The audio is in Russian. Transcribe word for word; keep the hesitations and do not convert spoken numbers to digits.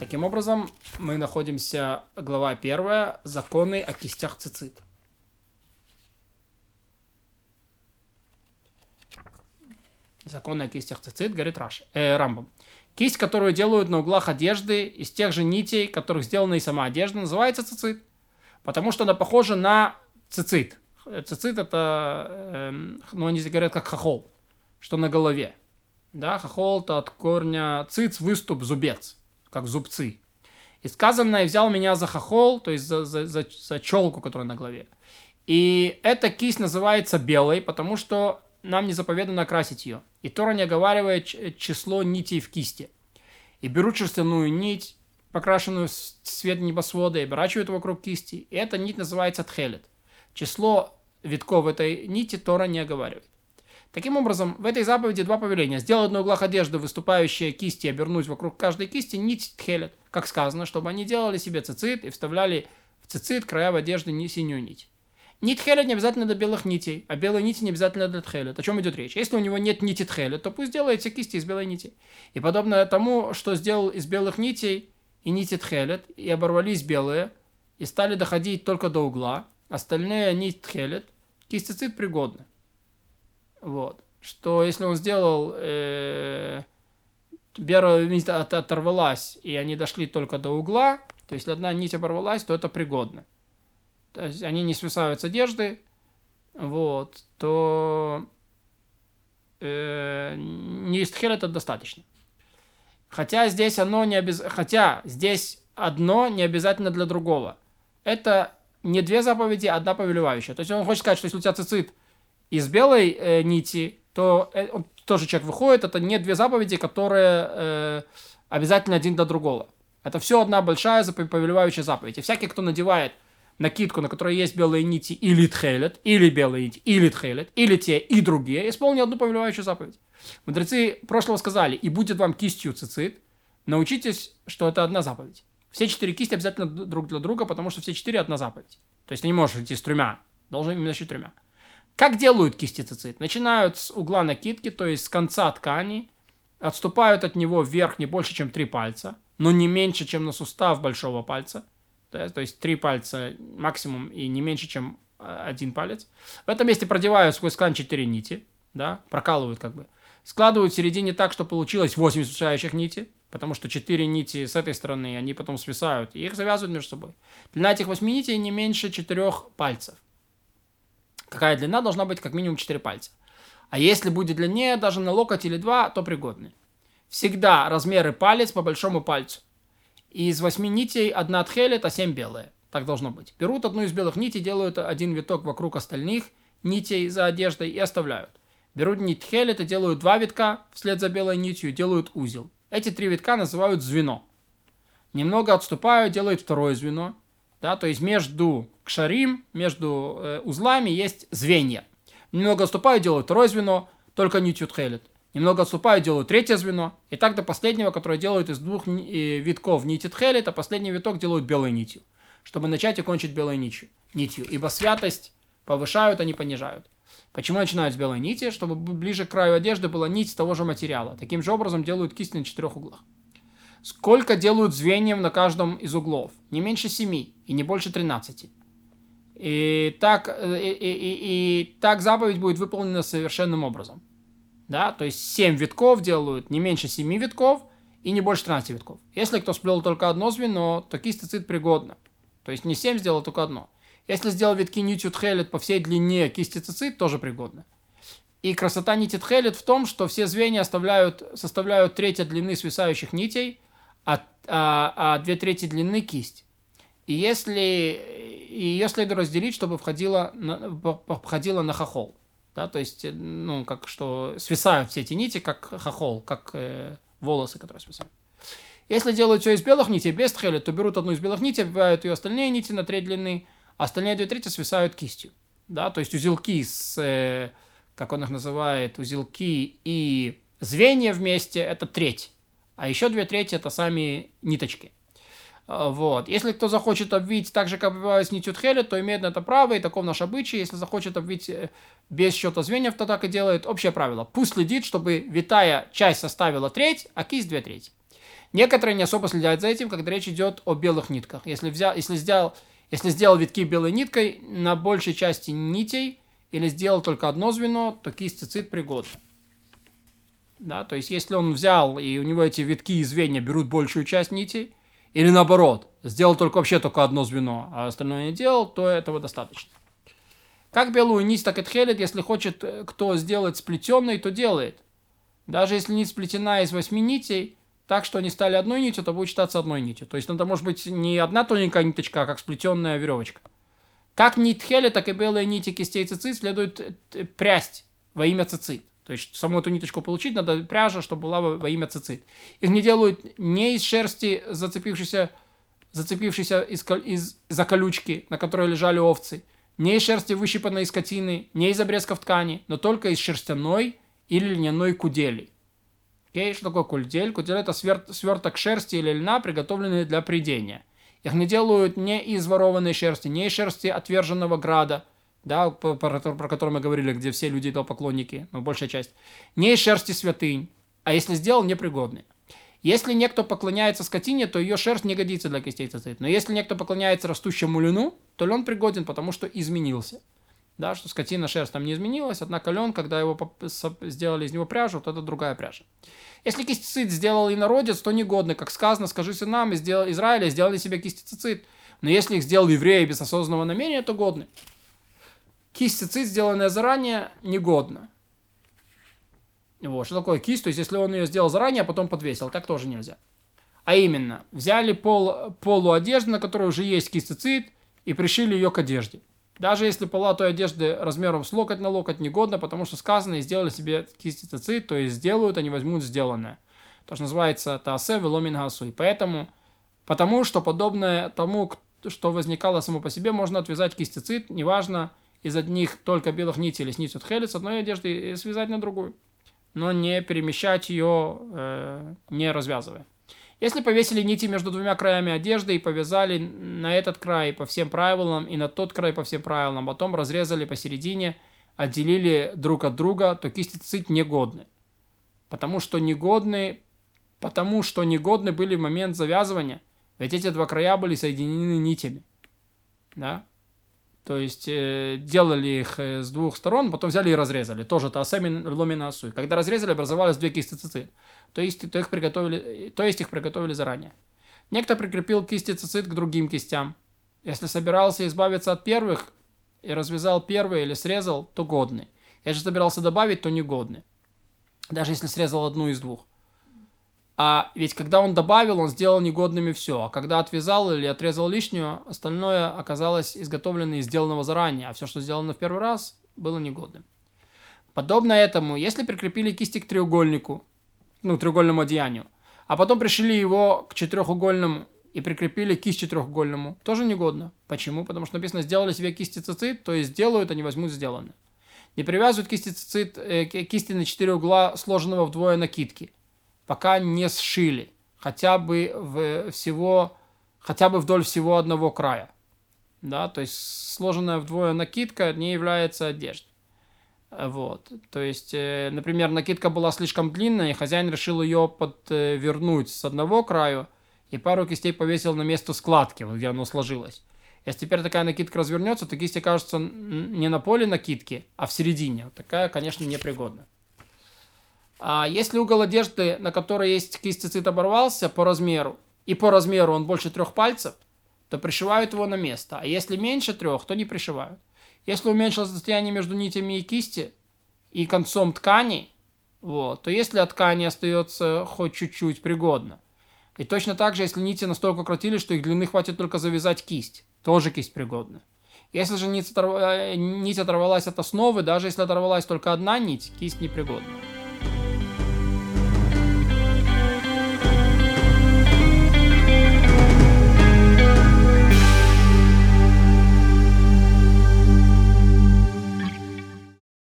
Таким образом, мы находимся, глава первая, законы о кистях цицит. Законы о кистях цицит, говорит Раши, э, Рамбам. Кисть, которую делают на углах одежды из тех же нитей, которых сделана и сама одежда, называется цицит, потому что она похожа на цицит. Цицит это, э, ну они говорят как хохол, что на голове. Да, хохол это от корня циц, выступ, зубец, как зубцы. И сказано, и взял меня за хохол, то есть за, за, за, за челку, которая на голове. И эта кисть называется белой, потому что нам не заповедано окрасить ее. И Тора не оговаривает число нитей в кисти. И берут шерстяную нить, покрашенную в цвет небосвода, и оборачивают вокруг кисти. И эта нить называется тхелет. Число витков этой нити Тора не оговаривает. Таким образом, в этой заповеди два повеления. Сделать на углах одежды выступающие кисти и обернуть вокруг каждой кисти нить тхелет, как сказано, чтобы они делали себе цицит и вставляли в цицит края в одежды синюю нить. Нить тхелет не обязательно для белых нитей, а белые нити не обязательно для тхелет. О чем идет речь? Если у него нет нити тхелет, то пусть делает все кисти из белой нити. И подобно тому, что сделал из белых нитей и нити тхелет, и оборвались белые, и стали доходить только до угла, остальные нить тхелет, кисть цицит пригодны. Вот. Что если он сделал, э, белая нить от, оторвалась, и они дошли только до угла, то если одна нить оборвалась, то это пригодно. То есть они не свисают с одежды, вот, то э, не из тхелет это достаточно. Хотя здесь оно не обяз... Хотя здесь одно не обязательно для другого. Это не две заповеди, а одна повелевающая. То есть он хочет сказать, что если у тебя цицит из белой э, нити, то э, он, тоже человек выходит, это не две заповеди, которые э, обязательно один для другого. Это все одна большая повелевающая заповедь. И всякий, кто надевает накидку, на которой есть белые нити, или тхелет, или белые нити, или тхелет, или те, и другие, исполнил одну повелевающую заповедь. Мудрецы прошлого сказали, и будет вам кистью цицит, научитесь, что это одна заповедь. Все четыре кисти обязательно друг для друга, потому что все четыре одна заповедь. То есть ты не можешь идти с тремя, должен именно считать тремя. Как делают кисти цицит? Начинают с угла накидки, то есть с конца ткани, отступают от него вверх не больше, чем три пальца, но не меньше, чем на сустав большого пальца. То есть три пальца максимум и не меньше, чем один палец. В этом месте продевают сквозь ткань четыре нити, да, прокалывают как бы. Складывают в середине так, что получилось восемь свисающих нитей, потому что четыре нити с этой стороны, они потом свисают, и их завязывают между собой. Длина этих восьми нитей не меньше четырех пальцев. Какая длина должна быть? Как минимум четыре пальца. А если будет длиннее, даже на локоть или два, то пригодны. Всегда размеры палец по большому пальцу. И из восьми нитей одна тхелет, а семь белые. Так должно быть. Берут одну из белых нитей, делают один виток вокруг остальных нитей за одеждой и оставляют. Берут нить тхелет и делают два витка вслед за белой нитью, делают узел. Эти три витка называют звено. Немного отступают, делают второе звено. Да, то есть между кшарим, между э, узлами есть звенья. Немного отступают, делают второе звено, только нитью тхелет. Немного отступают, делают третье звено. И так до последнего, которое делают из двух витков нити тхелет, а последний виток делают белой нитью. Чтобы начать и кончить белой нитью. нитью. Ибо святость повышают, а не понижают. Почему начинают с белой нити? Чтобы ближе к краю одежды была нить того же материала. Таким же образом делают кисть на четырех углах. Сколько делают звеньев на каждом из углов? Не меньше семи и не больше тринадцати. И так, и, и, и, и так заповедь будет выполнена совершенным образом. Да, то есть семь витков делают не меньше семи витков и не больше тринадцати витков. Если кто сплел только одно звено, то кисть цицит пригодна. То есть не семь сделал, только одно. Если сделал витки нитью тхелет по всей длине кисти цицит, тоже пригодно. И красота нити тхелет в том, что все звенья оставляют, составляют треть от длины свисающих нитей, а, а, а две трети длины кисть. И если ее следует разделить, чтобы входило на, входило на хохол. Да, то есть, ну, как что свисают все эти нити, как хохол, как э, волосы, которые свисают. Если делают все из белых нитей, без тхелет, то берут одну из белых нитей, обвивают ее остальные нити на треть длины, а остальные две трети свисают кистью. Да, то есть узелки с, э, как он их называет, узелки и звенья вместе, это треть. А еще две трети это сами ниточки. Вот. Если кто захочет обвить так же, как обвивают с нитью тхелет, то имеет на это право, и таков наш обычай. Если захочет обвить без счета звеньев, то так и делает. Общее правило. Пусть следит, чтобы витая часть составила треть, а кисть две трети. Некоторые не особо следят за этим, когда речь идет о белых нитках. Если, взял, если, сделал, если сделал витки белой ниткой на большей части нитей, или сделал только одно звено, то кисть цицит пригодна. Да, то есть, если он взял, и у него эти витки и звенья берут большую часть нитей, или наоборот, сделал только вообще только одно звено, а остальное не делал, то этого достаточно. Как белую нить, так и тхелет, если хочет кто сделать сплетенной, то делает. Даже если нить сплетена из восьми нитей, так что они стали одной нитью, то будет считаться одной нитью. То есть это может быть не одна тоненькая ниточка, а как сплетенная веревочка. Как нить тхелет, так и белые нити кистей цицит следует прясть во имя цицит. То есть саму эту ниточку получить надо пряжа, чтобы была во, во имя цицит. Их не делают не из шерсти, зацепившейся, зацепившейся из, из, за колючки, на которой лежали овцы, не из шерсти, выщипанной из скотины, не из обрезков ткани, но только из шерстяной или льняной кудели. Окей, что такое кудель? Кудель — это свер, сверток шерсти или льна, приготовленный для прядения. Их не делают не из ворованной шерсти, не из шерсти отверженного града, да, про, про, про который мы говорили, где все люди идолопоклонники, ну, большая часть, не из шерсти святынь, а если сделал, непригодный. Если некто поклоняется скотине, то ее шерсть не годится для кистей цицит. Но если некто поклоняется растущему льну, то лен пригоден, потому что изменился. Да, что скотина шерсть там не изменилась, однако лен, когда его сделали из него пряжу, то это другая пряжа. Если кисть цицит сделал инородец, то негодный. Как сказано, скажи сынам из Израиля, сделали себе кисти цицит. Но если их сделал евреи без осознанного намерения, то годны. Кисть цицит, сделанная заранее, негодна. Вот. Что такое кисть? То есть, если он ее сделал заранее, а потом подвесил, так тоже нельзя. А именно, взяли пол, полу одежды, на которой уже есть кисть цицит, и пришили ее к одежде. Даже если пола той одежды размером с локоть на локоть негодна, потому что сказано, и сделали себе кисти цицит, то есть сделают, они возьмут сделанное. То, что называется таасе вело мин хаасуй. Поэтому, потому что подобное тому, что возникало само по себе, можно отвязать кисть цицит, неважно, из одних только белых нитей или с нитью тхелет с одной одежды и связать на другую. Но не перемещать ее, э, не развязывая. Если повесили нити между двумя краями одежды и повязали на этот край по всем правилам и на тот край по всем правилам, потом разрезали посередине, отделили друг от друга, то кисти цицит негодны. Потому что негодны, потому что негодны были в момент завязывания, ведь эти два края были соединены нитями. Да? То есть э, делали их э, с двух сторон, потом взяли и разрезали. Тоже таасе вело мин хаасуй. Когда разрезали, образовались две кисти цицит. То есть, то, их приготовили, то есть их приготовили заранее. Некто прикрепил кисти цицит к другим кистям. Если собирался избавиться от первых и развязал первые или срезал, то годный. Если собирался добавить, то негодный. Даже если срезал одну из двух. А ведь когда он добавил, он сделал негодными все. А когда отвязал или отрезал лишнюю, остальное оказалось изготовлено и сделанного заранее. А все, что сделано в первый раз, было негодным. Подобно этому, если прикрепили кисти к треугольнику, ну, треугольному одеянию, а потом пришили его к четырехугольному и прикрепили кисть четырехугольному, тоже негодно. Почему? Потому что написано, сделали себе кисти цицит, то есть сделают, они возьмут сделанное. Не привязывают кисти цицит, э, кисти на четыре угла сложенного вдвое накидки, пока не сшили, хотя бы, в всего, хотя бы вдоль всего одного края. Да? То есть сложенная вдвое накидка не является одеждой. Вот. То есть, э, например, накидка была слишком длинная, и хозяин решил ее подвернуть с одного краю и пару кистей повесил на место складки, вот где оно сложилось. Если теперь такая накидка развернется, то кисть окажется не на поле накидки, а в середине. Вот такая, конечно, непригодна. А если угол одежды, на которой есть кисть цицит, оборвался по размеру, и по размеру он больше трех пальцев, то пришивают его на место. А если меньше трех, то не пришивают. Если уменьшилось расстояние между нитями и кисти и концом ткани, вот, то если от ткани остается хоть чуть-чуть, пригодно. И точно так же, если нити настолько укоротились, что их длины хватит только завязать кисть, тоже кисть пригодна. Если же нить, оторв... нить оторвалась от основы, даже если оторвалась только одна нить, кисть непригодна.